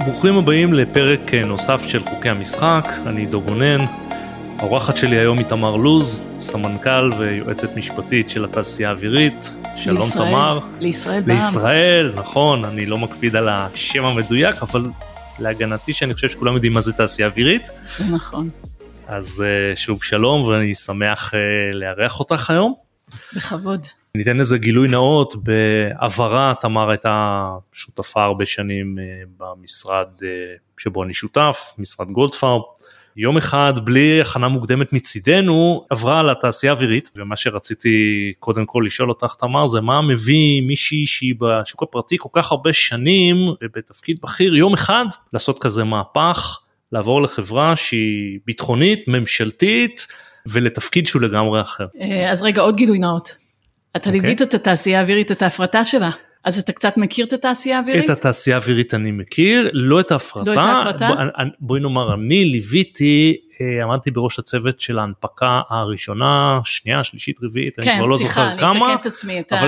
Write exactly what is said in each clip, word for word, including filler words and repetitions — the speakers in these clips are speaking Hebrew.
ברוכים הבאים לפרק נוסף של חוקי המשחק, אני דו גונן, האורחת שלי היום היא תמר לוז, סמנכ"ל ויועצת משפטית של התעשייה האווירית. שלום לישראל, תמר. לישראל בעם. לישראל, נכון, אני לא מקפיד על השם המדויק, אבל להגנתי שאני חושב שכולם יודעים מה זה תעשייה אווירית. זה נכון. אז שוב שלום, ואני שמח לארח אותך היום. בכבוד. ניתן איזה גילוי נאות, בעברה תמר הייתה שותפה הרבה שנים במשרד שבו אני שותף, משרד גולדפרב. יום אחד בלי הכנה מוקדמת מצידנו עברה לתעשייה אווירית, ומה שרציתי קודם כל לשאול אותך תמר זה מה מביא מישהי שהיא בשוק הפרטי כל כך הרבה שנים ובתפקיד בכיר יום אחד לעשות כזה מהפך, לעבור לחברה שהיא ביטחונית, ממשלתית ולתפקיד שהוא לגמרי אחר. אז רגע עוד גילוי נאות, אתה ליווית את התעשייה האווירית, את ההפרטה שלה. אז אתה קצת מכיר את התעשייה האווירית? את התעשייה האווירית אני מכיר, לא את ההפרטה. לא את ההפרטה? בואי נאמר, אני ליוויתי, עמדתי בראש הצוות של ההנפקה הראשונה, שנייה, שלישית, רביעית, אני כבר לא זוכר כמה. כן, סליחה, אני מתקן את עצמי, את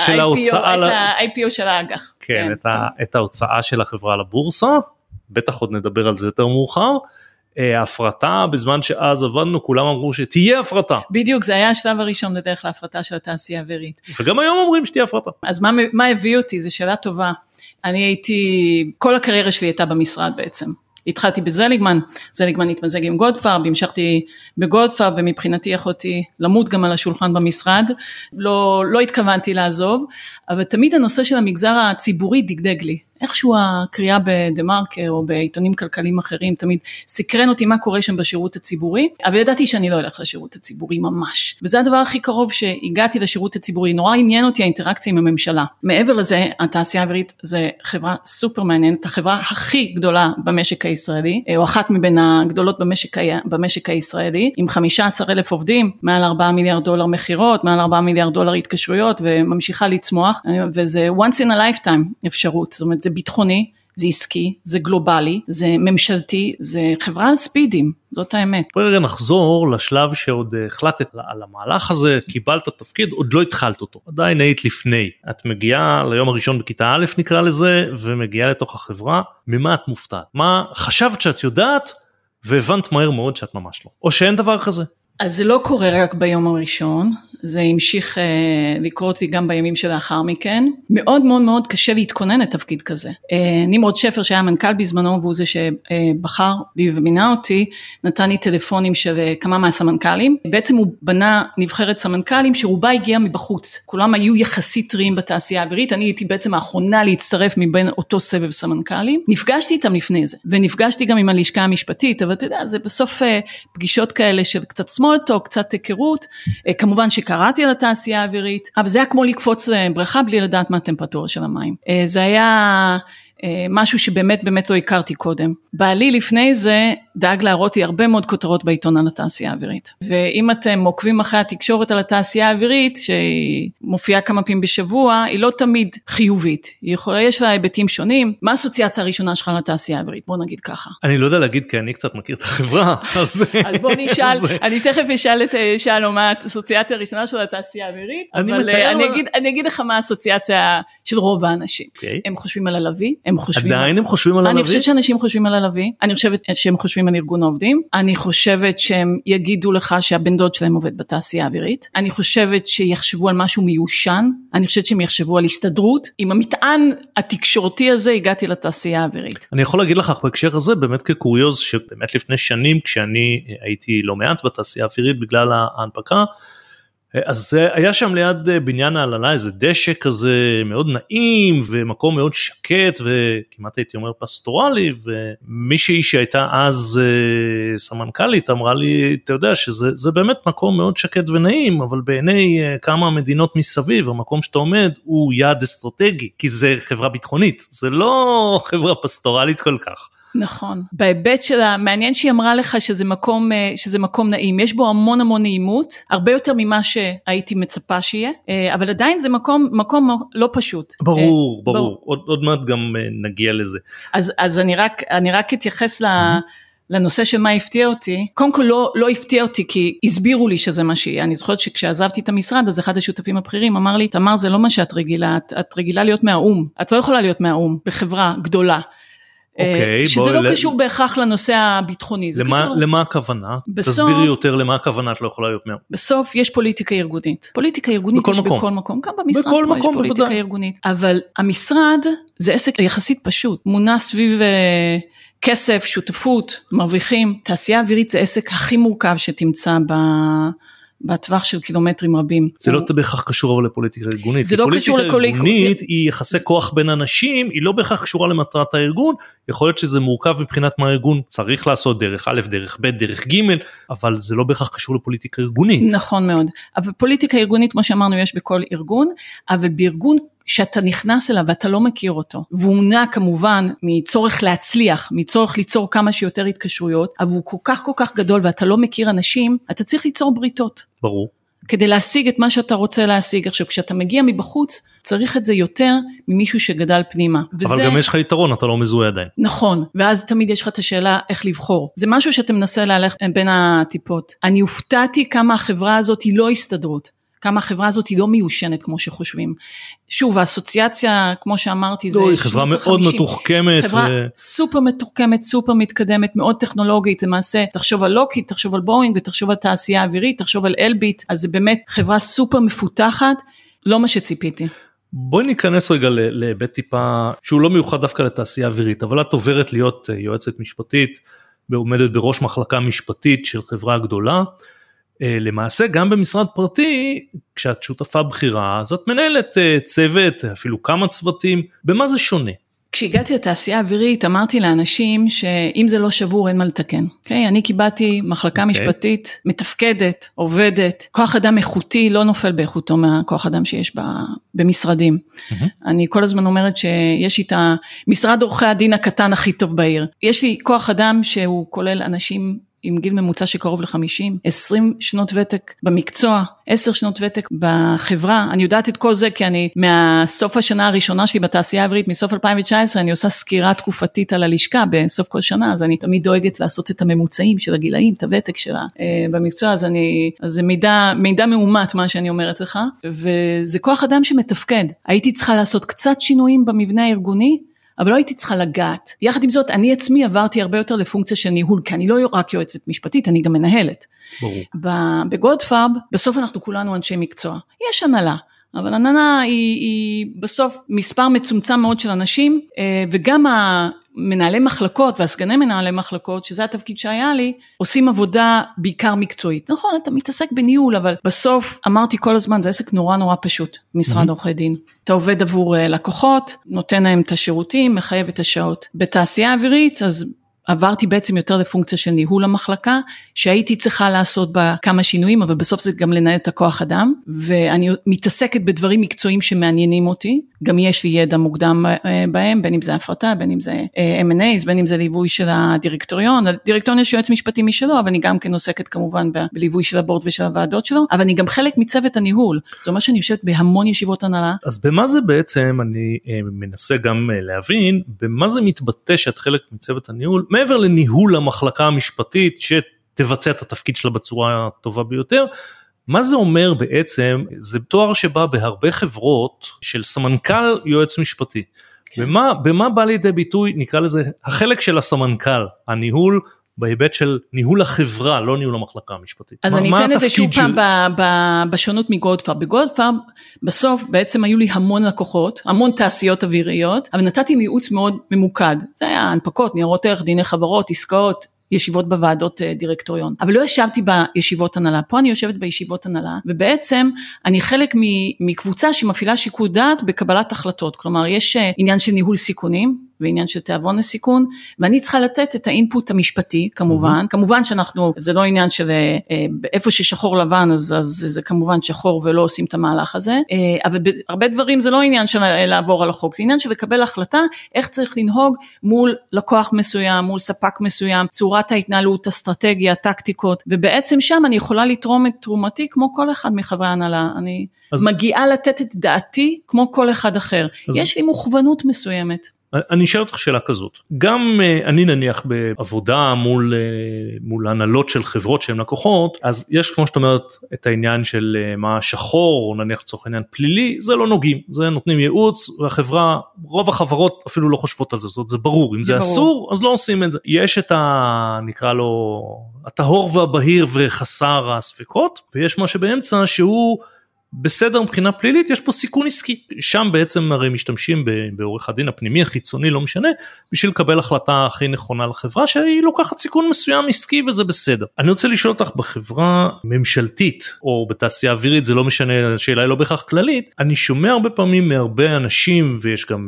ה-איי פי או של האג"ח. כן, את ההוצאה של החברה לבורסה, בטח עוד נדבר על זה יותר מאוחר. ההפרטה, בזמן שאז עבדנו, כולם אמרו שתהיה הפרטה. בדיוק, זה היה השלב הראשון לדרך להפרטה של התעשייה האווירית. וגם היום אומרים שתהיה הפרטה. אז מה, מה הביא אותי? זו שאלה טובה. אני הייתי, כל הקריירה שלי הייתה במשרד בעצם. התחלתי בזליגמן, זליגמן התמזג עם גולדפרב, המשכתי בגולדפרב, ומבחינתי יכולתי למות גם על השולחן במשרד, לא, לא התכוונתי לעזוב, אבל תמיד הנושא של המגזר הציבורי דגדג לי, איכשהו הקריאה בדמרקר או בעיתונים כלכליים אחרים, תמיד סקרן אותי מה קורה שם בשירות הציבורי, אבל ידעתי שאני לא אלך לשירות הציבורי ממש, וזה הדבר הכי קרוב שהגעתי לשירות הציבורי, נורא עניין אותי האינטראקציה עם הממשלה. מעבר לזה, התעשייה האווירית זה חברה סופר מעניינת, החברה הכי גדולה במשק הישראלי, או אחת מבין הגדולות במשק, במשק הישראלי, עם חמישה עשר אלף עובדים, מעל ארבעה מיליארד דולר מחירות, מעל ארבעה מיליארד דולר התקשרויות, וממשיכה לצמוח, וזה once in a lifetime אפשרות, זאת אומרת, זה ביטחוני, זה עסקי, זה גלובלי, זה ממשלתי, זה חברה על ספידים, זאת האמת. בואי רגע נחזור לשלב שעוד החלטת על המהלך הזה, קיבלת תפקיד, עוד לא התחלת אותו, עדיין היית לפני. את מגיעה ליום הראשון בכיתה א' נקרא לזה, ומגיעה לתוך החברה, ממה את מופתעת? מה חשבת שאת יודעת, והבנת מהר מאוד שאת ממש לא? או שאין דבר כזה? אז זה לא קורה רק ביום הראשון, זה המשיך אה, לקרות לי גם בימים שלאחר מכן, מאוד מאוד מאוד קשה להתכונן לתפקיד כזה. אה, נמרוד שפר שהיה מנכ"ל בזמנו, והוא זה שבחר בי ומינה אותי, נתן לי טלפונים של כמה מהסמנכ"לים, בעצם הוא בנה נבחרת סמנכ"לים שרובה הגיעה מבחוץ, כולם היו יחסית טריים בתעשייה האווירית, אני הייתי בעצם האחרונה להצטרף מבין אותו סבב סמנכ"לים, נפגשתי איתם לפני זה, ונפגשתי גם עם הלשכה המשפטית, אבל אתה יודע, זה בסוף אה, פגישות כאלה של קצת סמולטו, קצת היכרות, אה, כמובן ש קראתי על התעשייה האווירית, אבל זה היה כמו לקפוץ לבריכה בלי לדעת מה הטמפרטורה של המים. זה היה משהו שבאמת באמת לא הכרתי קודם. בעלי לפני זה דאג להראות לי הרבה מאוד כותרות בעיתון על התעשייה האווירית. ואם אתם עוקבים אחרי התקשורת על התעשייה האווירית, שהיא מופיעה כמה פעמים בשבוע, היא לא תמיד חיובית. היא יכולה, יש לה היבטים שונים. מה האסוציאציה הראשונה שלך לתעשייה האווירית? בוא נגיד ככה. אני לא יודע להגיד, כי אני קצת מכיר את החברה. אז בוא נשאל, אני תכף אשאל את שלום, מה האסוציאציה הראשונה של התעשייה האווירית, אבל אני אגיד לך מה האסוציאציה של רוב האנשים. הם חושבים על הלוי, הם חושבים עדיין הם חושבים על הלוי? אני חושבת שאנשים חושבים על הלוי, אני חושבת שהם חושבים על ארגון העובדים, אני חושבת שהם יגידו לך שהבן דוד שלהם עובד בתעשייה האווירית, אני חושבת שיחשבו על משהו מיושן, אני חושבת שהם יחשבו על הסתדרות, עם המטען התקשורתי הזה הגעתי לתעשייה האווירית. אני יכול להגיד לך בהקשר הזה, באמת כקוריוז, שבאמת לפני שנים, כשאני הייתי לא מעט בתעשייה האווירית בגלל ההנפקה, אז היה שם ליד בניין ההללה איזה דשא כזה מאוד נעים ומקום מאוד שקט וכמעט הייתי אומר פסטורלי, ומישהי שהייתה אז סמנכ"לית אמרה לי, אתה יודע שזה באמת מקום מאוד שקט ונעים, אבל בעיני כמה מדינות מסביב המקום שאתה עומד הוא יעד אסטרטגי, כי זה חברה ביטחונית, זה לא חברה פסטורלית כל כך. נכון. בהיבט שלה, מעניין שהיא אמרה לך שזה מקום, שזה מקום נעים. יש בו המון המון נעימות, הרבה יותר ממה שהייתי מצפה שיהיה, אבל עדיין זה מקום, מקום לא פשוט. ברור, ברור. ברור. עוד, עוד מעט גם נגיע לזה. אז, אז אני רק, אני רק אתייחס ל... לנושא של מה הפתיע אותי, קודם כל לא, לא הפתיע אותי, כי הסבירו לי שזה מה שיהיה, אני זוכרת שכשעזבתי את המשרד, אז אחד השותפים הבכירים אמר לי, תמר זה לא מה שאת רגילה, את, את רגילה להיות מהאום, את לא יכולה להיות מהאום, בחברה גדולה, אוקיי, שזה לא קשור בהכרח לנושא הביטחוני. למה הכוונה? תסבירי יותר למה הכוונה, את לא יכולה להיות מאה. בסוף יש פוליטיקה ארגונית. פוליטיקה ארגונית יש בכל מקום, גם במשרד פה יש פוליטיקה ארגונית. אבל המשרד זה עסק יחסית פשוט, מונע סביב כסף, שותפות, מרוויחים. תעשייה אווירית זה עסק הכי מורכב שתמצא ב... בטווח של קילומטרים רבים. זה לא בהכרח קשור אבל לפוליטיקה ארגונית. זה לא קשור לפוליטיקה ארגונית, היא יחסי כוח בין אנשים, היא לא בהכרח קשורה למטרת הארגון, יכול להיות שזה מורכב מבחינת מה הארגון צריך לעשות, דרך א', דרך ב', דרך ג', אבל זה לא בהכרח קשור לפוליטיקה ארגונית. נכון מאוד, אבל פוליטיקה ארגונית, כמו שאמרנו, יש בכל ארגון, אבל בארגון שאתה נכנס אליו ואתה לא מכיר אותו, והוא מונע כמובן מצורך להצליח, מצורך ליצור כמה שיותר התקשרויות, אבל הוא כל כך כל כך גדול ואתה לא מכיר אנשים, אתה צריך ליצור בריתות. ברור. כדי להשיג את מה שאתה רוצה להשיג. עכשיו, כשאתה מגיע מבחוץ, צריך את זה יותר ממישהו שגדל פנימה. אבל וזה... גם יש לך יתרון, אתה לא מזוהה עדיין. נכון, ואז תמיד יש לך את השאלה איך לבחור. זה משהו שאתה מנסה להלך בין הטיפות. אני הופתעתי כמה החברה הזאת היא לא הסתדרות. כמה החברה הזאת היא לא מיושנת כמו שחושבים. שוב, האסוציאציה, כמו שאמרתי, זה... לא, היא חברה מאוד מתוחכמת. חברה ו... סופר מתוחכמת, סופר מתקדמת, מאוד טכנולוגית, למעשה, תחשוב על לוקהיד, תחשוב על בואינג, ותחשוב על תעשייה אווירית, תחשוב על אלביט, אז זה באמת חברה סופר מפותחת, לא מה שציפיתי. בואי ניכנס רגע לבית טיפה, שהוא לא מיוחד דווקא לתעשייה אווירית, אבל את עוברת להיות יועצת משפטית, ועומדת בראש מחלקה משפטית של חברה גדולה, למעשה גם במשרד פרטי, כשאת שותפה בחירה, אז את מנהלת צוות, אפילו כמה צוותים, במה זה שונה? כשהגעתי לתעשייה אווירית, אמרתי לאנשים שאם זה לא שבור, אין מה לתקן. Okay? אני קיבלתי מחלקה okay. משפטית, מתפקדת, עובדת, כוח אדם איכותי, לא נופל באיכותו מהכוח אדם שיש במשרדים. Mm-hmm. אני כל הזמן אומרת שיש לי את המשרד עורכי הדין הקטן הכי טוב בעיר. יש לי כוח אדם שהוא כולל אנשים עם גיל ממוצע שקרוב ל-חמישים, עשרים שנות ותק במקצוע, עשר שנות ותק בחברה, אני יודעת את כל זה כי אני מהסוף השנה הראשונה שלי בתעשייה האווירית, מסוף אלפיים תשע עשרה, אני עושה סקירה תקופתית על הלשכה בסוף כל שנה, אז אני תמיד דואגת לעשות את הממוצעים של הגילאים, את הוותק שלה במקצוע, אז, אני, אז זה מידע, מידע מאומת מה שאני אומרת לך, וזה כוח אדם שמתפקד, הייתי צריכה לעשות קצת שינויים במבנה הארגוני, אבל לא הייתי צריכה לגעת. יחד עם זאת, אני עצמי עברתי הרבה יותר לפונקציה של ניהול, כי אני לא רק יועצת משפטית, אני גם מנהלת. ברור. בגולדפארב, בסוף אנחנו כולנו אנשי מקצוע. יש הנהלה, אבל הנהלה היא, היא בסוף מספר מצומצם מאוד של אנשים, וגם המנהלי מחלקות והסגני מנהלי מחלקות, שזה התפקיד שהיה לי, עושים עבודה בעיקר מקצועית. נכון, אתה מתעסק בניהול, אבל בסוף אמרתי כל הזמן, זה עסק נורא נורא פשוט, משרד עורכי דין. אתה עובד עבור לקוחות, נותן להם את השירותים, מחייב את השעות. בתעשייה אווירית, אז עברתי בעצם יותר לפונקציה של ניהול המחלקה, שהייתי צריכה לעשות בה כמה שינויים, אבל בסוף זה גם לנהל את הכוח אדם, ואני מתעסקת בדברים מקצועיים שמעניינים אותי, גם יש לי ידע מוקדם בהם, בין אם זה הפרטה, בין אם זה אם אנד איז, בין אם זה ליווי של הדירקטוריון, הדירקטוריון יש יועץ משפטי משלו, אבל אני גם כן עוסקת כמובן בליווי של הבורד ושל הוועדות שלו, אבל אני גם חלק מצוות הניהול, זאת אומרת שאני יושבת בהמון ישיבות הנהלה. אז במה זה בעצם, אני מנסה גם להבין, במה זה מתבטא שאת חלק מצוות הניהול, מעבר לניהול המחלקה המשפטית שתבצע את התפקיד שלה בצורה הטובה ביותר, מה זה אומר בעצם? זה תואר שבא בהרבה חברות של סמנכ"ל יועץ משפטי. כן. במה, במה בא לידי ביטוי, נקרא לזה, החלק של הסמנכ"ל, הניהול בהיבט של ניהול החברה, לא ניהול המחלקה המשפטית. אז מה, אני אתן את זה שוב פעם של... בשונות מגולדפארב. בגולדפארב בסוף בעצם היו לי המון לקוחות, המון תעשיות אוויריות, אבל נתתי ייעוץ מאוד ממוקד. זה היה הנפקות, ניירות ערך, דיני חברות, עסקאות, ישיבות בוועדות דירקטוריון, אבל לא ישבתי בישיבות הנהלה, פה אני יושבת בישיבות הנהלה, ובעצם אני חלק מקבוצה שמפעילה שיקול דעת בקבלת החלטות, כלומר יש עניין של ניהול סיכונים, ועניין של תיאבון לסיכון, ואני צריכה לתת את האינפוט המשפטי, כמובן, כמובן שאנחנו, זה לא עניין של איפה ששחור לבן, אז זה כמובן שחור ולא עושים את המהלך הזה, אבל הרבה דברים זה לא עניין של לעבור על החוק, זה עניין של לקבל החלטה, איך צריך לנהוג מול לקוח מסוים, מול ספק מסוים, צורת ההתנהלות, אסטרטגיה, טקטיקות, ובעצם שם אני יכולה לתרום את תרומתי, כמו כל אחד מחברי ההנהלה, אני מגיעה לתת את דעתי, כמו כל אחד אחר, יש לי מוכוונות מסוימת. אני אשאל אותך שאלה כזאת, גם אני נניח בעבודה מול, מול הנהלות של חברות שהן לקוחות, אז יש כמו שאת אומרת את העניין של מה שחור, או נניח לצורך העניין פלילי, זה לא נוגעים, זה נותנים ייעוץ, והחברה, רוב החברות אפילו לא חושבות על זה, זאת אומרת, זה ברור, אם זה, זה ברור. אסור, אז לא עושים את זה. יש את ה... נקרא לו, הטהור והבהיר וחסר הספקות, ויש מה שבאמצע שהוא בסדר מבחינה פלילית, יש פה סיכון עסקי, שם בעצם הרי משתמשים בעורך הדין הפנימי, החיצוני, לא משנה, בשביל לקבל החלטה הכי נכונה לחברה, שהיא לוקחת סיכון מסוים עסקי וזה בסדר. אני רוצה לשאול אותך בחברה ממשלתית, או בתעשייה אווירית, זה לא משנה, השאלה היא לא בהכרח כללית, אני שומע הרבה פעמים מהרבה אנשים, ויש גם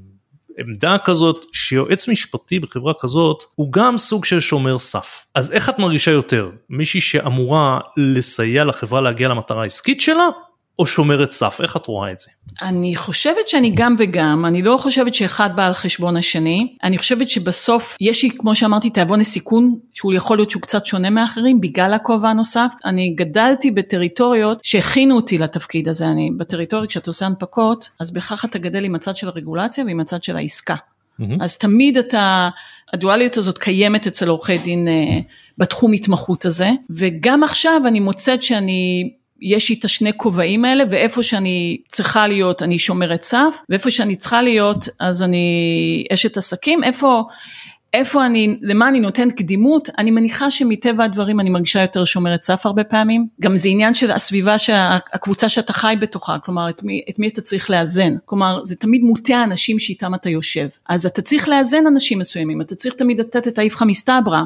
עמדה כזאת, שיועץ משפטי בחברה כזאת, הוא גם סוג של שומר סף. אז איך את מרגישה יותר? מישהי שאמורה לסייע לחברה להגיע למטרה העסקית שלה, או שומרת סף? איך את רואה את זה? אני חושבת שאני גם וגם, אני לא חושבת שאחד בא על חשבון השני, אני חושבת שבסוף יש לי, כמו שאמרתי, תיאבון הסיכון, שהוא יכול להיות שהוא קצת שונה מאחרים, בגלל הכובע הנוסף. אני גדלתי בטריטוריות שהכינו אותי לתפקיד הזה, אני בטריטוריה כשאת עושה הנפקות, אז בכך אתה גדל עם הצד של הרגולציה ועם הצד של העסקה. אז תמיד אתה, הדואליות הזאת קיימת אצל עורכי דין בתחום התמחות הזה, וגם עכשיו אני מוצאת שאני יש לי את השני כובעים האלה, ואיפה שאני צריכה להיות, אני שומרת סף, ואיפה שאני צריכה להיות, אז אני אשת עסקים, איפה, איפה אני, למה אני נותנת קדימות, אני מניחה שמטבע הדברים אני מרגישה יותר שומרת סף הרבה פעמים, גם זה עניין של הסביבה, הקבוצה שאתה חי בתוכה, כלומר, את מי, את מי אתה צריך לאזן, כלומר, זה תמיד מוטה האנשים שאיתם אתה יושב, אז אתה צריך לאזן אנשים מסוימים, אתה צריך תמיד לתת את האיפכא מסתברא,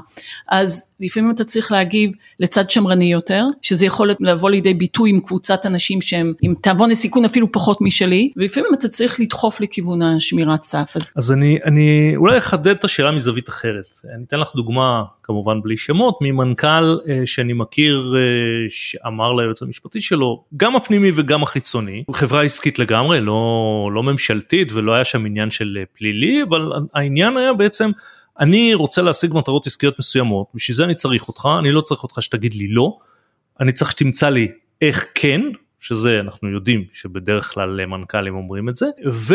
אז לפעמים אתה צריך להגיב לצד שמרני יותר, שזה יכול לבוא לידי ביטוי עם קבוצת אנשים שהם עם תיאבון הסיכון אפילו פחות משלי, ולפעמים אתה צריך לדחוף לכיוון השמירת סף. אז, אז אני, אני אולי אחדד את השאלה מזווית אחרת. אני אתן לך דוגמה, כמובן בלי שמות, ממנכ"ל שאני מכיר שאמר ליועץ המשפטי שלו, גם הפנימי וגם החיצוני, חברה עסקית לגמרי, לא, לא ממשלתית ולא היה שם עניין של פלילי, אבל העניין היה בעצם, אני רוצה להשיג מטרות עסקיות מסוימות, בשביל זה אני צריך אותך, אני לא צריך אותך שתגיד לי לא, אני צריך שתמצא לי איך כן, שזה אנחנו יודעים שבדרך כלל מנכ"לים אומרים את זה,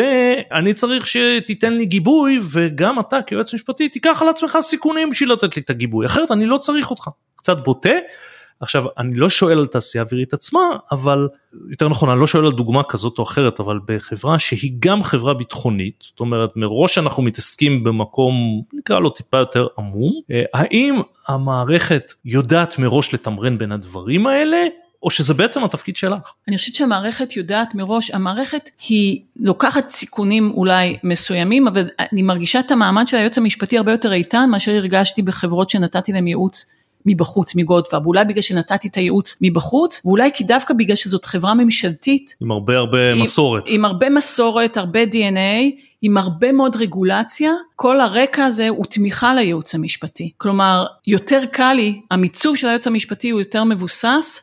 ואני צריך שתיתן לי גיבוי, וגם אתה כיועץ משפטי תיקח על עצמך סיכונים בשביל לתת לי את הגיבוי, אחרת אני לא צריך אותך, קצת בוטה. עכשיו אני לא שואל על תעשייה אווירית עצמה, אבל יותר נכון אני לא שואל על דוגמה כזאת או אחרת, אבל בחברה שהיא גם חברה ביטחונית, זאת אומרת מראש אנחנו מתעסקים במקום נקרא לו טיפה יותר עמום, האם המערכת יודעת מראש לתמרן בין הדברים האלה, או שזה בעצם התפקיד שלך? אני חושבת שהמערכת יודעת מראש, המערכת היא לוקחת סיכונים אולי מסוימים, אבל אני מרגישה את המעמד של היועץ המשפטי הרבה יותר איתן, מאשר הרגשתי בחברות שנתתי להם ייעוץ מבחוץ, מגודפאב, ואולי בגלל שנתתי את הייעוץ מבחוץ, ואולי כי דווקא בגלל שזאת חברה ממשלתית, עם הרבה הרבה עם, מסורת, עם הרבה מסורת, הרבה די אן איי, עם הרבה מאוד רגולציה, כל הרקע הזה הוא תמיכה לייעוץ המשפטי, כלומר, יותר קל לי, המיצוב של הייעוץ המשפטי הוא יותר מבוסס,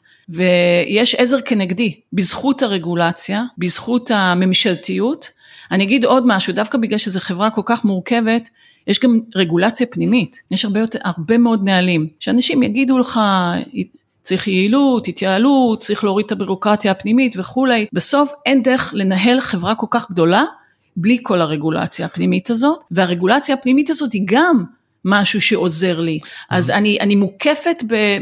ויש עזר כנגדי, בזכות הרגולציה, בזכות הממשלתיות. אני אגיד עוד משהו, דווקא בגלל שזו חברה כל כך מורכבת, יש גם רגולציה פנימית, יש הרבה, הרבה מאוד נהלים, שאנשים יגידו לך, צריך יעילות, התייעלות, צריך להוריד את הבירוקרטיה הפנימית וכו'. בסוף אין דרך לנהל חברה כל כך גדולה, בלי כל הרגולציה הפנימית הזאת, והרגולציה הפנימית הזאת היא גם משהו שעוזר לי. אז אני, אני מוקפת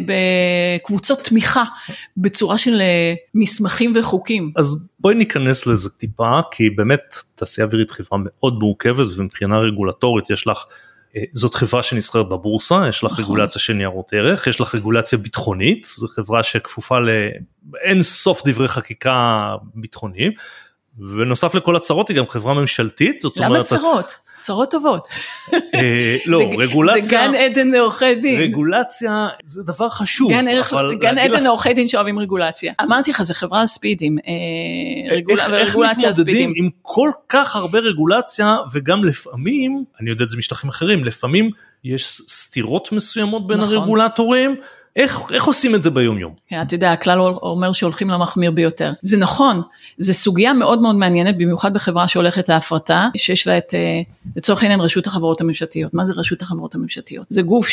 בקבוצות תמיכה, בצורה של מסמכים וחוקים. אז בואי ניכנס לזה טיפה, כי באמת תעשייה אווירית חברה מאוד מורכבת, ומבחינה רגולטורית יש לך, זאת חברה שנסחרת בבורסה, יש לך רגולציה של ניירות ערך, יש לך רגולציה ביטחונית, זו חברה שכפופה לאין סוף דברי חקיקה ביטחוניים, ונוסף לכל הצרות היא גם חברה ממשלתית. למה צרות? צרות טובות. לא, רגולציה. זה גן עדן לעורכי דין. רגולציה זה דבר חשוב. גן עדן לעורכי דין שאוהבים רגולציה. אמרתי לך, זה חברה ספידים. איך מתמודדים עם כל כך הרבה רגולציה, וגם לפעמים, אני יודע את זה משטחים אחרים, לפעמים יש סתירות מסוימות בין הרגולטורים, איך, איך עושים את זה ביום יום? אתה יודע, הכלל אומר שהולכים למחמיר ביותר. זה נכון, זו סוגיה מאוד מאוד מעניינת, במיוחד בחברה שהולכת להפרטה, שיש לה את, לצורך העניין, רשות החברות הממשלתיות. מה זה רשות החברות הממשלתיות? זה גוף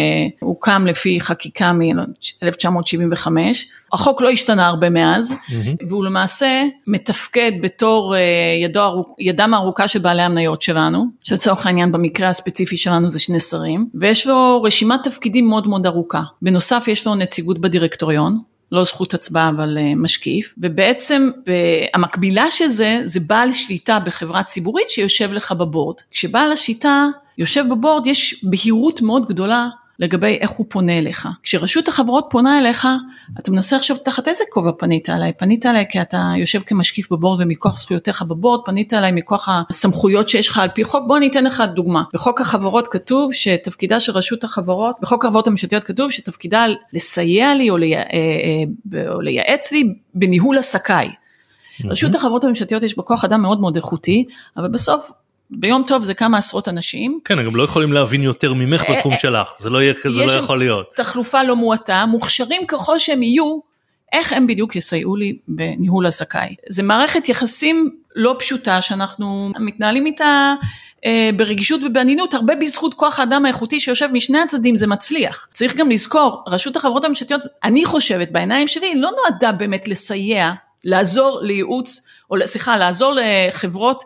שהוקם לפי חקיקה מ-אלף תשע מאות שבעים וחמש, החוק לא השתנה הרבה מאז, והוא למעשה מתפקד בתור ידו, ידם הארוכה של בעלי המניות שלנו, שלצורך העניין במקרה הספציפי שלנו זה שני שרים, ויש לו רשימת תפקידים מאוד מאוד ארוכה. בנוסף יש לו נציגות בדירקטוריון, לא זכות הצבעה אבל משקיף, ובעצם המקבילה של זה, זה בעל שליטה בחברה ציבורית שיושב לך בבורד. כשבעל השיטה יושב בבורד, יש בהירות מאוד גדולה, לגבי איך הוא פונה אליך. כשרשות החברות פונה אליך, אתה מנסה עכשיו תחת איזה כובע פנית עליי? פנית עליי כי אתה יושב כמשקיף בבורד ומכוח זכויותיך בבורד, פנית עליי מכוח הסמכויות שיש לך על פי חוק. בוא אני אתן לך דוגמה. בחוק החברות כתוב שתפקידה של רשות החברות, בחוק החברות הממשלתיות כתוב שתפקידה לסייע לי או, לייע, או לייעץ לי בניהול עסקיי. רשות החברות הממשלתיות יש בכוח אדם מאוד מאוד איכותי, אבל בסוף ביום טוב זה כמה עשרות אנשים. כן, גם לא יכולים להבין יותר ממך בתחום שלך, זה לא, זה לא יכול להיות. יש תחלופה לא מועטה, מוכשרים ככל שהם יהיו, איך הם בדיוק יסייעו לי בניהול עסקיי. זה מערכת יחסים לא פשוטה, שאנחנו מתנהלים איתה ברגישות ובענינות, הרבה בזכות כוח האדם האיכותי שיושב משני הצדדים, זה מצליח. צריך גם לזכור, רשות החברות הממשלתיות, אני חושבת בעיניים שלי, לא נועדה באמת לסייע, לעזור לייעוץ, או סליחה, לעזור לחברות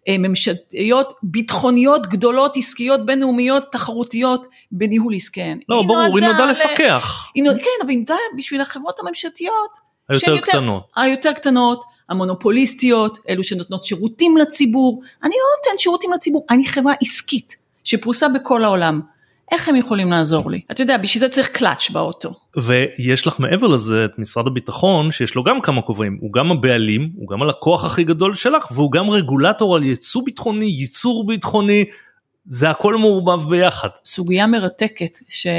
ממשלתיות, ביטחוניות, גדולות, עסקיות, בינלאומיות, תחרותיות, בניהול עסקיהן. לא, ברור, היא נועדה לפקח. כן, אבל היא נועדה בשביל החברות הממשלתיות. היותר קטנות. היותר קטנות, המונופוליסטיות, אלו שנותנות שירותים לציבור. אני לא נותן שירותים לציבור, אני חברה עסקית, שפרוסה בכל העולם. איך הם יכולים לעזור לי? אתה יודע, בשביל זה צריך קלאץ' באוטו. ויש לך מעבר לזה את משרד הביטחון, שיש לו גם כמה כובעים, הוא גם הבעלים, הוא גם הלקוח הכי גדול שלך, והוא גם רגולטור על ייצוא ביטחוני, ייצור ביטחוני, זה הכל מעורבב ביחד. סוגיה מרתקת,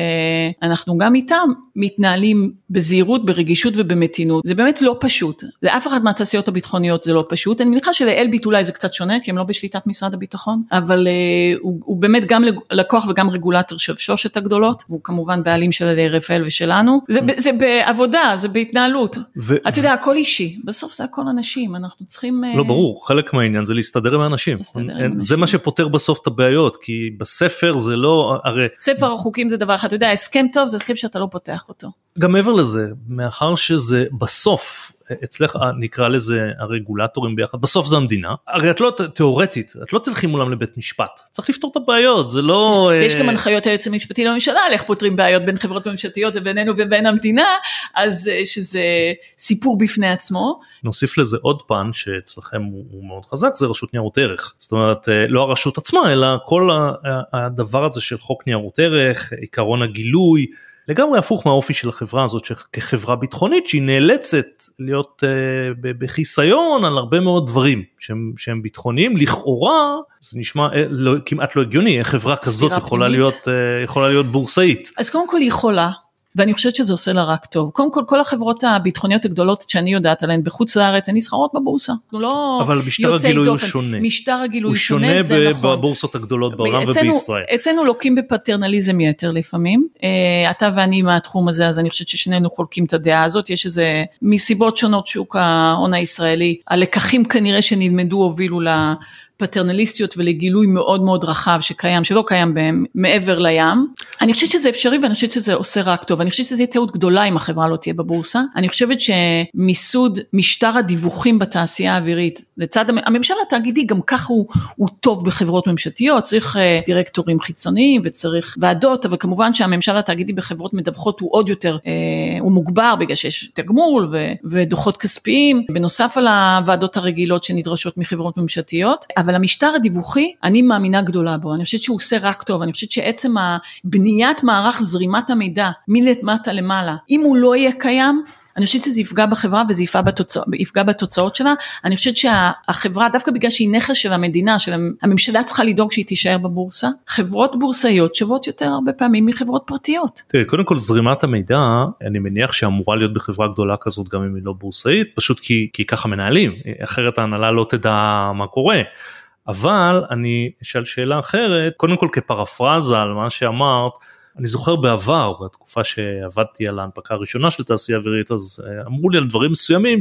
שאנחנו גם איתם מתנהלים בזהירות, ברגישות ובמתינות. זה באמת לא פשוט. זה אף אחד מהתעשיות הביטחוניות זה לא פשוט. אני מניחה שלאלביט אולי זה קצת שונה, כי הם לא בשליטת משרד הביטחון, אבל uh, הוא, הוא באמת גם לקוח וגם רגולטור של שלושת הגדולות, והוא כמובן בעלים של רפאל ושלנו. זה, זה בעבודה, זה בהתנהלות. ו... אתה יודע, הכל אישי. בסוף זה הכל אנשים. אנחנו צריכים... לא, ברור. חלק מהעניין זה להסתדר עם האנשים. זה מה שפותר בסוף את הבעיות. כי בספר זה לא, הרי... ספר החוקים זה דבר אחד, אתה יודע, הסכם טוב זה הסכם שאתה לא פותח אותו. גם מעבר לזה, מאחר שזה בסוף, אצלך נקרא לזה הרגולטורים ביחד, בסוף זה המדינה, הרי את לא, תיאורטית, את לא תלכי מולם לבית משפט, צריך לפתור את הבעיות, זה לא... יש גם הנחיות היועץ המשפטי לממשלה, על איך פותרים בעיות בין חברות ממשלתיות ובינינו ובין המדינה, אז שזה סיפור בפני עצמו. נוסיף לזה עוד פן, שאצלכם הוא, הוא מאוד חזק, זה רשות ניירות ערך, זאת אומרת, לא הרשות עצמה, אלא כל הדבר הזה של חוק ניירות ערך, עיקרון הגילוי, לגמרי הפוך מהאופי של החברה הזאת כחברה ביטחונית שהיא נאלצת להיות uh, בחיסיון על הרבה מאוד דברים שהם, שהם ביטחוניים, לכאורה זה נשמע לא, כמעט לא הגיוני, איך חברה כזאת יכולה להיות, uh, יכולה להיות בורסאית. אז קודם כל היא יכולה, ואני חושבת שזה עושה לה רק טוב. קודם כל, כל החברות הביטחוניות הגדולות שאני יודעת עליהן בחוץ לארץ, הן נסחרות בבורסה. לא אבל משטר הגילוי הוא שונה. משטר הגילוי שונה, הוא זה שונה בבורסות הגדולות בעולם אצלנו, ובישראל. אצלנו לוקים בפטרנליזם יותר לפעמים. אתה ואני מהתחום הזה, אז אני חושבת ששנינו חולקים את הדעה הזאת. יש איזה, מסיבות שונות שוק ההון הישראלי, הלקחים כנראה שנלמדו הובילו לה, פטרנליסטיות ולגילוי מאוד מאוד רחב שקיים, שלא קיים בהם מעבר לים. אני חושבת שזה אפשרי ואני חושבת שזה עושה רק טוב. אני חושבת שזה יהיה טעות גדולה אם החברה לא תהיה בבורסה. אני חושבת שמיסוד משטר הדיווחים בתעשייה האווירית, לצד הממשל התאגידי גם ככה הוא, הוא טוב בחברות ממשלתיות, צריך דירקטורים חיצוניים וצריך ועדות, אבל כמובן שהממשל התאגידי בחברות מדווחות הוא עוד יותר, הוא מוגבר בגלל שיש תגמול ו, ודוחות כספיים, בנוסף על הוועדות הרגילות שנדרשות מחברות ממשלתיות, אבל המשטר הדיווחי, אני מאמינה גדולה בו, אני חושבת שהוא עושה רק טוב, אני חושבת שעצם הבניית מערך זרימת המידע, מלמטה למעלה, אם הוא לא יהיה קיים, אני חושבת שזה יפגע בחברה וזה יפגע, בתוצא, יפגע בתוצאות שלה, אני חושבת שהחברה, דווקא בגלל שהיא נכס של המדינה, של הממשלה צריכה לדאוג שהיא תישאר בבורסה, חברות בורסאיות שוות יותר הרבה פעמים מחברות פרטיות. תראי, קודם כל זרימת המידע, אני מניח שאמורה להיות בחברה גדולה כזאת גם אם היא לא בורסאית, פשוט כי, כי ככה מנהלים, אחרת ההנהלה לא תדע מה קורה. אבל אני אשאל שאלה אחרת, קודם כל כפרפרזה על מה שאמרת, אני זוכר בעבר, בתקופה שעבדתי על ההנפקה הראשונה של תעשייה אווירית, אז אמרו לי על דברים מסוימים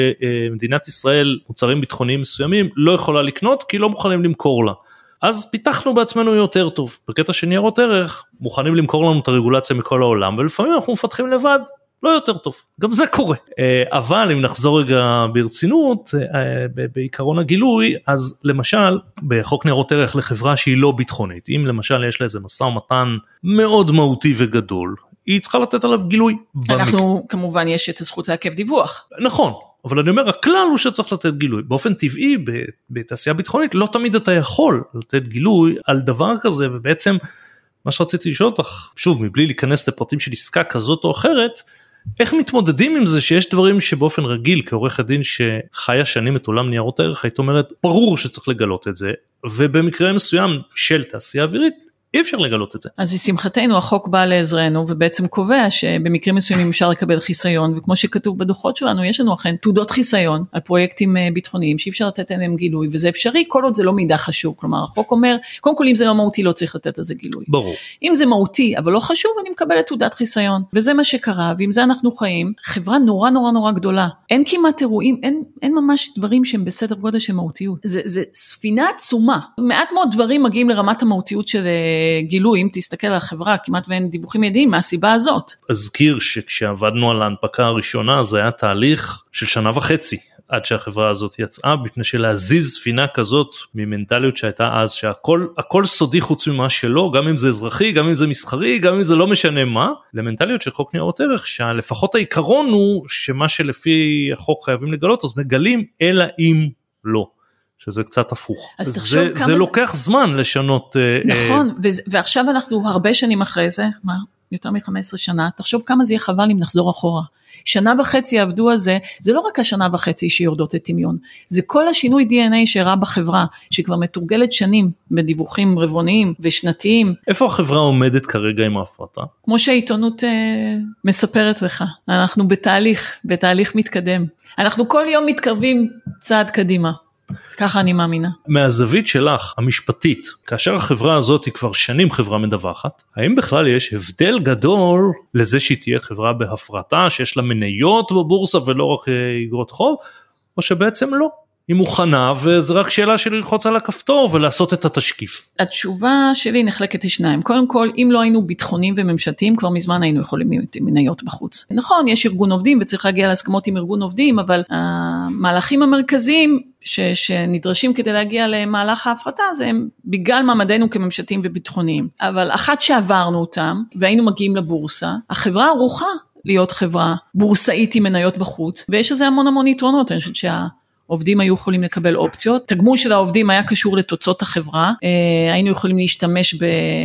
שמדינת ישראל, מוצרים ביטחוניים מסוימים, לא יכולה לקנות כי לא מוכנים למכור לה. אז פיתחנו בעצמנו יותר טוב. בקטע של ניירות ערך, מוכנים למכור לנו את הרגולציה מכל העולם, ולפעמים אנחנו מפתחים לבד, לא יותר טוב. גם זה קורה. אבל אם נחזור רגע ברצינות, בעיקרון הגילוי, אז למשל, בחוק ניירות ערך לחברה שהיא לא ביטחונית, אם למשל יש לה איזה משא ומתן מאוד מהותי וגדול, היא צריכה לתת עליו גילוי. אנחנו, במק... כמובן, יש את הזכות לעכב דיווח. נכון. אבל אני אומר, הכלל הוא שצריך לתת גילוי. באופן טבעי, בתעשייה ביטחונית, לא תמיד אתה יכול לתת גילוי על דבר כזה, ובעצם, מה שרציתי לשאול אותך, שוב, מבלי להיכנס לפרטים של עסקה כזאת או אחרת, איך מתמודדים עם זה שיש דברים שבאופן רגיל, כעורך הדין שחיה שנים את עולם ניירות הערך, היית אומרת, ברור שצריך לגלות את זה, ובמקרה מסוים של תעשייה אווירית, אי אפשר לגלות את זה. אז לשמחתנו החוק בא לעזרנו, ובעצם קובע שבמקרים מסוימים אפשר לקבל חיסיון, וכמו שכתוב בדוחות שלנו, יש לנו אכן תעודות חיסיון על פרויקטים ביטחוניים, שאי אפשר לתת עליהם גילוי, וזה אפשרי כל עוד זה לא מידע חשוב, כלומר החוק אומר, קודם כל אם זה לא מהותי לא צריך לתת לזה גילוי. ברור. אם זה מהותי אבל לא חשוב, אני מקבלת תעודת חיסיון, וזה מה שקרה, ועם זה אנחנו חיים, חברה נורא נורא נורא גדולה, אין כמעט אירועים, אין, אין ממש דברים שהם בסדר גודל של מהותיות, זה, זה ספינה עצומה, מעט מאוד דברים מגיעים לרמת המהותיות של גילוי, אם תסתכל על החברה, כמעט ואין דיווחים ידיים, מהסיבה הזאת. אזכיר שכשעבדנו על ההנפקה הראשונה, זה היה תהליך של שנה וחצי, עד שהחברה הזאת יצאה, בפני שלהזיז ספינה כזאת, ממנטליות שהייתה אז, שהכל הכל סודי חוץ ממה שלא, גם אם זה אזרחי, גם אם זה מסחרי, גם אם זה לא משנה מה, למנטליות של חוק ניירות ערך, שלפחות העיקרון הוא, שמה שלפי החוק חייבים לגלות, אז מגלים, אלא אם לא. שזה קצת הפוך. אז תחשוב זה, כמה זה זה... לוקח זמן לשנות. נכון, uh, ו- ועכשיו אנחנו הרבה שנים אחרי זה, מה? יותר מ-חמש עשרה שנה, תחשוב כמה זה יהיה חבל אם נחזור אחורה. שנה וחצי עבדו על זה, זה לא רק השנה וחצי שיורדות לטמיון, זה כל השינוי די אן איי שהראה בחברה, שכבר מתורגלת שנים בדיווחים רבעוניים ושנתיים. איפה החברה עומדת כרגע עם ההפרטה? כמו שהעיתונות אה, מספרת לך, אנחנו בתהליך, בתהליך מתקדם. אנחנו כל יום מתקרבים צעד קדימה. ככה אני מאמינה. מהזווית שלך, המשפטית, כאשר החברה הזאת היא כבר שנים חברה מדווחת, האם בכלל יש הבדל גדול לזה שהיא תהיה חברה בהפרטה, שיש לה מניות בבורסה ולא רק אגרות חוב, או שבעצם לא? היא מוכנה וזה רק שאלה של ללחוץ על הכפתור ולעשות את התשקיף. התשובה שלי נחלקת לשניים. קודם כל, אם לא היינו ביטחוניים וממשלתיים, כבר מזמן היינו יכולים להיות מניות בחוץ. נכון, יש ארגון עובדים וצריך להגיע להסכמות עם ארגון עובדים, אבל המהלכים המרכזיים ש, שנדרשים כדי להגיע למהלך ההפרטה, זה הם בגלל מעמדנו כממשלתיים וביטחוניים. אבל אחת שעברנו אותם והיינו מגיעים לבורסה, החברה ערוכה להיות חברה בורסאית עם מניות בחוץ, ויש לזה המון המון יתרונות. אני חושבת שה עובדים היו יכולים לקבל אופציות, תגמול של העובדים היה קשור לתוצאות החברה, היינו יכולים להשתמש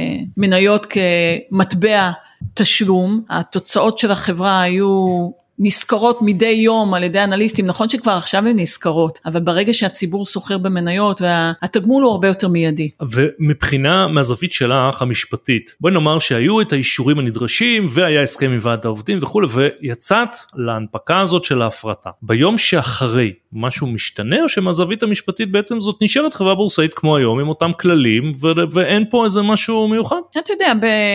במניות כמטבע תשלום, התוצאות של החברה היו נזכרות מדי יום על ידי אנליסטים, נכון שכבר עכשיו הן נזכרות, אבל ברגע שהציבור סוחר במניות, והתגמול הוא הרבה יותר מיידי. ומבחינה מהזווית שלך המשפטית, בואי נאמר שהיו את האישורים הנדרשים, והיה הסכם עם ועד העובדים וכו', ויצאת להנפקה הזאת של ההפרטה. ביום שאחרי משהו משתנה, או שמהזווית המשפטית בעצם זאת נשארת חברה בורסאית כמו היום, עם אותם כללים, ו- ואין פה איזה משהו מיוחד? אתה יודע,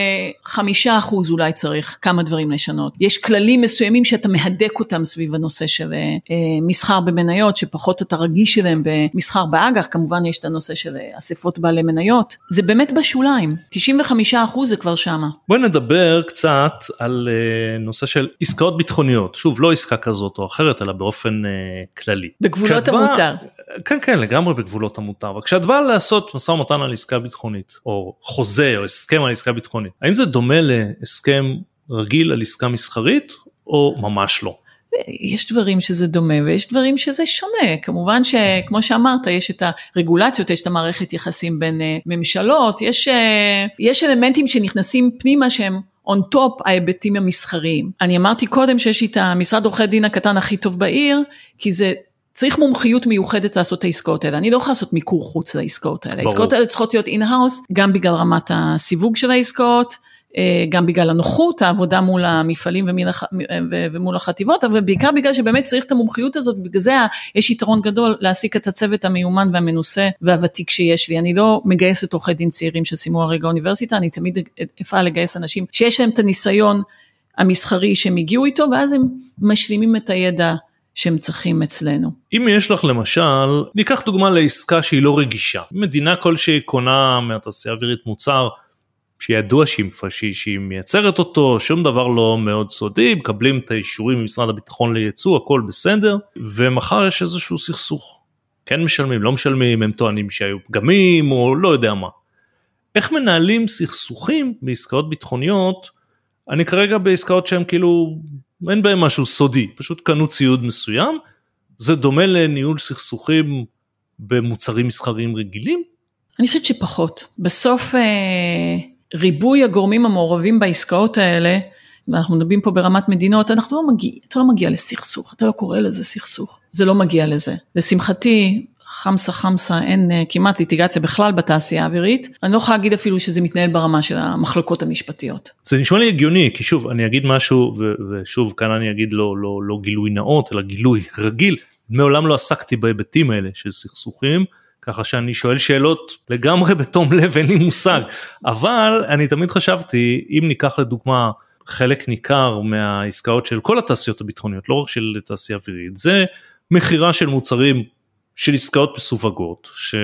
בחמישה אחוז אולי צריך כמה דברים לשנות. יש כללים מסוימים שאתה מהדק אותם סביב הנושא של אה, מסחר במניות, שפחות אתה רגיש שלהם במסחר באג"ח, כמובן יש את הנושא של אספות בעלי מניות, זה באמת בשוליים, תשעים וחמישה אחוז זה כבר שמה. בואי נדבר קצת על אה, נושא של עסקאות ביטחוניות, שוב לא עסקה כזאת או אחרת, אלא באופן אה, כללי. בגבולות המותר. כן, כן, לגמרי בגבולות המותר, וכשאת באה לעשות משא ומתן על עסקה ביטחונית, או חוזה או הסכם על עסקה ביטחונית, האם זה דומה להסכם רגיל על עסקה מסחרית, או ממש לא? יש דברים שזה דומה ויש דברים שזה שונה, כמובן שכמו שאמרת יש את הרגולציות, יש את המערכת יחסים בין ממשלות, יש, יש אלמנטים שנכנסים פנימה שהם on top ההיבטים המסחריים. אני אמרתי קודם שיש את המשרד עורכי דין הקטן הכי טוב בעיר, כי זה צריך מומחיות מיוחדת לעשות את העסקאות האלה, אני לא יכולה לעשות מיקור חוץ לעסקאות האלה, העסקאות האלה צריכות להיות in-house, גם בגלל רמת הסיווג של העסקאות, גם בגלל הנוחות, העבודה מול המפעלים ומול החטיבות, אבל בעיקר בגלל שבאמת צריך את המומחיות הזאת, בגלל זה יש יתרון גדול להעסיק את הצוות המיומן והמנוסה והוותיק שיש לי. אני לא מגייסת עורכי דין צעירים שסיימו הרגע האוניברסיטה, אני תמיד אפעל לגייס אנשים שיש להם את הניסיון המסחרי שהם הגיעו איתו, ואז הם משלימים את הידע שהם צריכים אצלנו. אם יש לך למשל, ניקח דוגמה לעסקה שהיא לא רגישה, מדינה כלשהי קונה מהתעשייה האווירית מוצר, שידוע שהיא, שהיא, שהיא מייצרת אותו, שום דבר לא מאוד סודי, מקבלים את האישורים ממשרד הביטחון לייצוא, הכל בסדר, ומחר יש איזשהו סכסוך, כן משלמים, לא משלמים, הם טוענים שהיו פגמים, או לא יודע מה. איך מנהלים סכסוכים בעסקאות ביטחוניות? אני כרגע בעסקאות שהן כאילו, אין בהן משהו סודי, פשוט קנו ציוד מסוים, זה דומה לניהול סכסוכים במוצרים מסחריים רגילים? אני חושבת שפחות. בסוף ריבוי הגורמים המעורבים בעסקאות האלה, ואנחנו מדברים פה ברמת מדינות, אנחנו לא מגיע, אתה לא מגיע לסכסוך, אתה לא קורא לזה סכסוך, זה לא מגיע לזה. לשמחתי, חמסה חמסה, אין כמעט ליטיגציה בכלל בתעשייה האווירית, אני לא יכולה להגיד אפילו שזה מתנהל ברמה של המחלקות המשפטיות. זה נשמע לי הגיוני, כי שוב, אני אגיד משהו, ושוב, כאן אני אגיד לא, לא, לא גילוי נאות, אלא גילוי רגיל, מעולם לא עסקתי בהיבטים האלה של סכסוכים, ככה שאני שואל שאלות לגמרי בתום לב, אין לי מושג, אבל אני תמיד חשבתי, אם ניקח לדוגמה, חלק ניכר מהעסקאות של כל התעשיות הביטחוניות, לא רק של תעשייה אווירית, זה מחירה של מוצרים של עסקאות מסווגות, ש,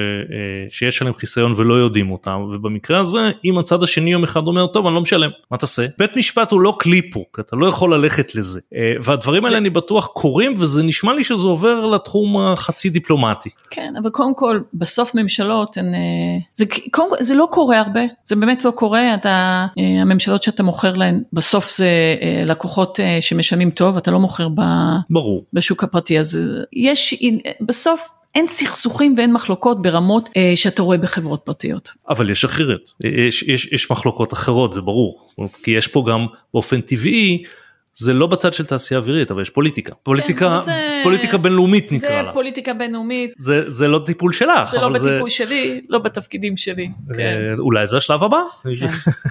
שיש עליהם חיסיון ולא יודעים אותם, ובמקרה הזה, אם הצד השני יום אחד אומר, טוב, אני לא משלם, מה תעשה? בית משפט הוא לא כלי פה, אתה לא יכול ללכת לזה, והדברים האלה אני בטוח קורים, וזה נשמע לי שזה עובר לתחום החצי דיפלומטי. כן, אבל קודם כל, בסוף ממשלות, הן, זה, קודם כל, זה לא קורה הרבה, זה באמת לא קורה, אתה, הממשלות שאתה מוכר להן, בסוף זה לקוחות שמשלמים טוב, אתה לא מוכר ב, ברור. בשוק הפרטי, אז יש, בסוף, אין סכסוכים ואין מחלוקות ברמות אה, שאתה רואה בחברות פרטיות. אבל יש אחרת, יש, יש, יש מחלוקות אחרות, זה ברור, זאת אומרת, כי יש פה גם באופן טבעי, זה לא בצד של תעשייה אווירית, אבל יש פוליטיקה, פוליטיקה, כן, זה, פוליטיקה בינלאומית נקרא לה. זה פוליטיקה בינלאומית. זה, זה לא טיפול שלך. זה לא בטיפול זה... שלי, לא בתפקידים שלי. כן. אולי זה השלב הבא, כן.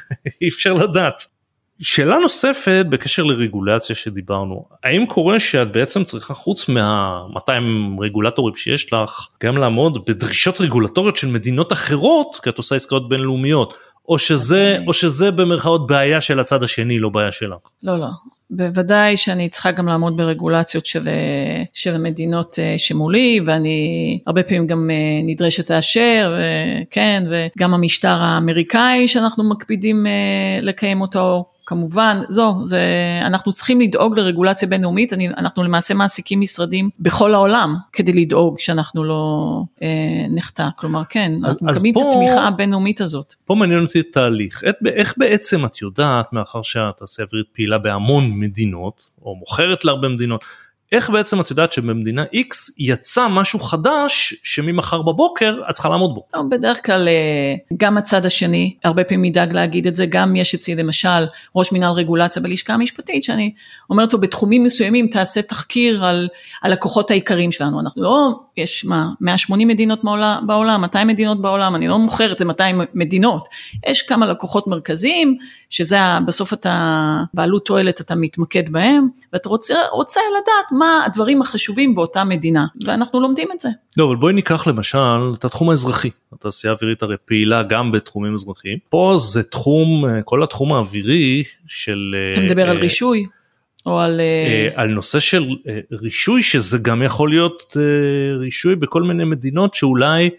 אי אפשר לדעת. שאלה נוספת בקשר לרגולציה שדיברנו, האם קורה שאת בעצם צריכה חוץ מה-מאתיים רגולטורים שיש לך, גם לעמוד בדרישות רגולטוריות של מדינות אחרות, כי את עושה עסקאות בינלאומיות, או שזה, או שזה במרכאות בעיה של הצד השני, לא בעיה שלך? לא, לא. בוודאי שאני צריכה גם לעמוד ברגולציות של, של המדינות שמולי, ואני הרבה פעמים גם נדרשת לאשר, וכן, וגם המשטר האמריקאי שאנחנו מקפידים לקיים אותו, כמובן, זו, זה, אנחנו צריכים לדאוג לרגולציה בינלאומית, אני, אנחנו למעשה מעסיקים משרדים בכל העולם, כדי לדאוג שאנחנו לא אה, נחטא, כלומר כן, אז, אנחנו מקבלים את התמיכה הבינלאומית הזאת. פה מעניין אותי תהליך, את, איך בעצם את יודעת, מאחר שהתעשייה האווירית פעילה בהמון מדינות, או מוכרת להרבה מדינות, איך בעצם את יודעת שבמדינה X יצא משהו חדש שממחר בבוקר את צריכה לעמוד בו? לא, בדרך כלל גם הצד השני, הרבה פעמים ידאג להגיד את זה, גם יש אצלי למשל ראש מנהל רגולציה בלשכה המשפטית, שאני אומרת לו בתחומים מסוימים תעשה תחקיר על הלקוחות העיקריים שלנו, אנחנו לא, יש מה, מאה ושמונים מדינות בעולם, מאתיים מדינות בעולם, אני לא מוכרת ל-מאתיים מדינות, יש כמה לקוחות מרכזיים, שזה בסוף אתה, בעלות תועלת אתה מתמקד בהם, ואתה רוצה, רוצה לדעת מה הדברים החשובים באותה מדינה, ואנחנו לומדים את זה. לא, אבל בואי ניקח למשל את התחום האזרחי, התעשייה האווירית הרי פעילה גם בתחומים אזרחיים, פה זה תחום, כל התחום האווירי של... אתה מדבר על רישוי? או על... על נושא של רישוי, שזה גם יכול להיות רישוי בכל מיני מדינות, שאולי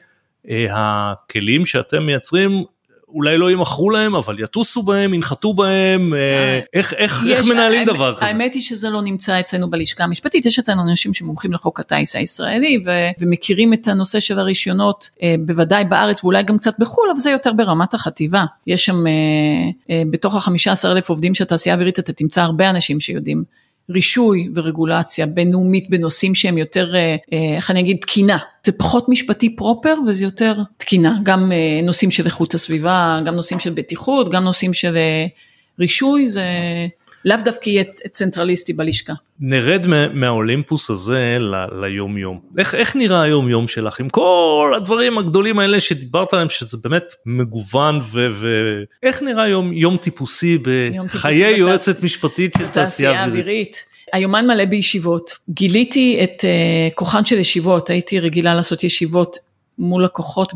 הכלים שאתם מייצרים, אולי לא ימחרו להם, אבל יטוסו בהם, ינחתו בהם, איך, איך, איך מנהלים דבר כזה? האמת היא שזה לא נמצא אצלנו בלשכה המשפטית, יש אצלנו אנשים שמומחים לחוק הטייס הישראלי, ומכירים את הנושא של הרישיונות, בוודאי בארץ, ואולי גם קצת בחול, אבל זה יותר ברמת החטיבה. יש שם, בתוך ה-חמישה עשר אלף עובדים של התעשייה האווירית, אתה תמצא הרבה אנשים שיודעים, רישוי ורגולציה בינלאומית בנושאים שהם יותר, איך אני אגיד, תקינה. זה פחות משפטי פרופר וזה יותר תקינה. גם נושאים של איכות הסביבה, גם נושאים של בטיחות, גם נושאים של רישוי, זה... לאו דווקא יהיה צנטרליסטי בלשכה. נרד מהאולימפוס הזה ליום יום. איך, איך נראה היום יום שלך? עם כל הדברים הגדולים האלה שדיברת עליהם, שזה באמת מגוון, ואיך נראה יום, יום טיפוסי בחיי יועצת משפטית של תעשייה אווירית? היומן מלא בישיבות. גיליתי את uh, כוחן של ישיבות, הייתי רגילה לעשות ישיבות מול לקוחות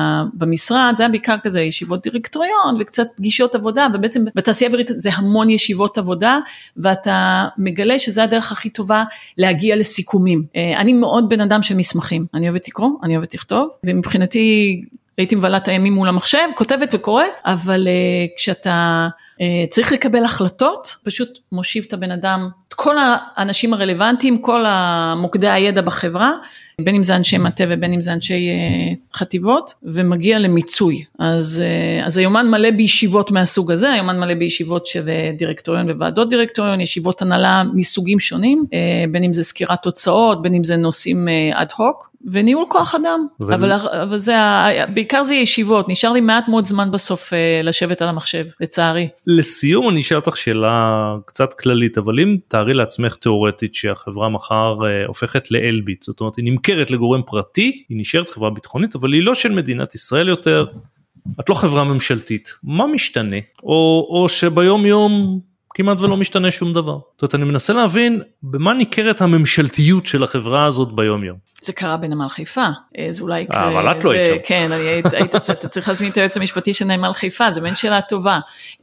במשרד, זה היה בעיקר כזה ישיבות דירקטוריון וקצת פגישות עבודה, ובעצם בתעשייה אווירית זה המון ישיבות עבודה, ואתה מגלה שזה הדרך הכי טובה להגיע לסיכומים. אני מאוד בן אדם של מסמכים, אני אוהבת לקרוא, אני אוהבת לכתוב, ומבחינתי הייתי מבלעת הימים מול המחשב, כותבת וקוראת, אבל uh, כשאתה uh, צריך לקבל החלטות, פשוט מושיב את הבן אדם, את כל האנשים הרלוונטיים, כל המוקדי הידע בחברה, בין אם זה אנשי מטה ובין אם זה אנשי uh, חטיבות, ומגיע למיצוי. אז, uh, אז היומן מלא בישיבות מהסוג הזה, היומן מלא בישיבות של דירקטוריון וועדות דירקטוריון, ישיבות הנהלה מסוגים שונים, uh, בין אם זה סקירת תוצאות, בין אם זה נושאים אד הוק, וניהול כוח אדם, ו... אבל, אבל זה, בעיקר זה ישיבות, נשאר לי מעט מאוד זמן בסוף לשבת על המחשב, לצערי. לסיום אני אשאל אותך שאלה קצת כללית, אבל אם תארי לעצמך תיאורטית שהחברה מחר הופכת לאלביט, זאת אומרת היא נמכרת לגורם פרטי, היא נשארת חברה ביטחונית, אבל היא לא של מדינת ישראל יותר, את לא חברה ממשלתית, מה משתנה? או, או שביום יום כמעט ולא משתנה שום דבר. זאת אומרת, אני מנסה להבין במה ניכרת הממשלתיות של החברה הזאת ביום יום. זה קרה בנמל חיפה, זה אולי יקרה. אבל את לא היית שם. כן, היית צריך להזמין את היועץ המשפטי של נמל חיפה, זה בין שאלה טובה.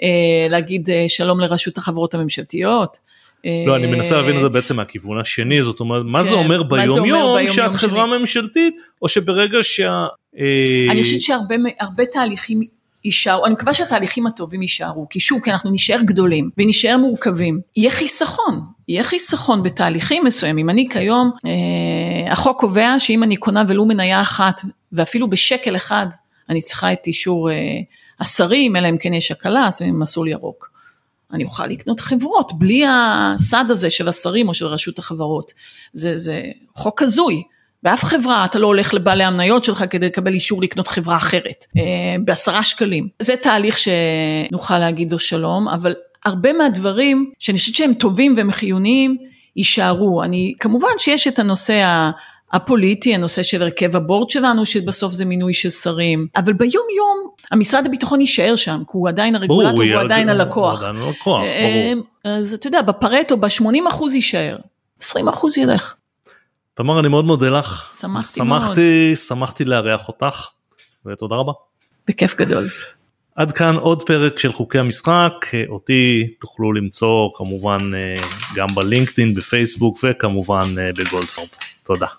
להגיד שלום לרשות החברות הממשלתיות. לא, אני מנסה להבין את זה בעצם מהכיוון השני, זאת אומרת, מה זה אומר ביום יום שאת חברה ממשלתית, או שברגע שה... אני חושבת שהרבה תהליכים יישארו, אני מקווה שהתהליכים הטובים יישארו, כי שוב, כי אנחנו נשאר גדולים, ונשאר מורכבים, יהיה חיסכון, יהיה חיסכון בתהליכים מסוימים, אני כיום, אה, החוק קובע שאם אני קונה ולו מניה אחת, ואפילו בשקל אחד, אני צריכה את אישור אה, השרים, אלא אם כן יש הקלה, אז עם מסלול ירוק. אני אוכל לקנות חברות, בלי הסד הזה של השרים או של רשות החברות, זה, זה חוק הזוי, באף חברה אתה לא הולך לבעלי המניות שלך כדי לקבל אישור לקנות חברה אחרת, בעשרה שקלים. זה תהליך שנוכל להגיד לו שלום, אבל הרבה מהדברים שאני חושבת שהם טובים והם חיוניים, יישארו. אני, כמובן שיש את הנושא הפוליטי, הנושא של הרכב הבורד שלנו, שבסוף זה מינוי של שרים, אבל ביום יום, המשרד הביטחון יישאר שם, כי הוא עדיין הרגולטור, הוא עדיין הלקוח. הוא עדיין הלקוח, ברור. אז אתה יודע, בפרטו, ב-שמונים אחוז יישאר, עשרים אחוז ילך. תמר, אני מאוד מודה לך. שמחתי, שמחתי מאוד. שמחתי לארח אותך, ותודה רבה. בכיף גדול. עד כאן עוד פרק של חוקי המשחק, אותי תוכלו למצוא כמובן גם בלינקדאין, בפייסבוק, וכמובן בגולדפורב. תודה.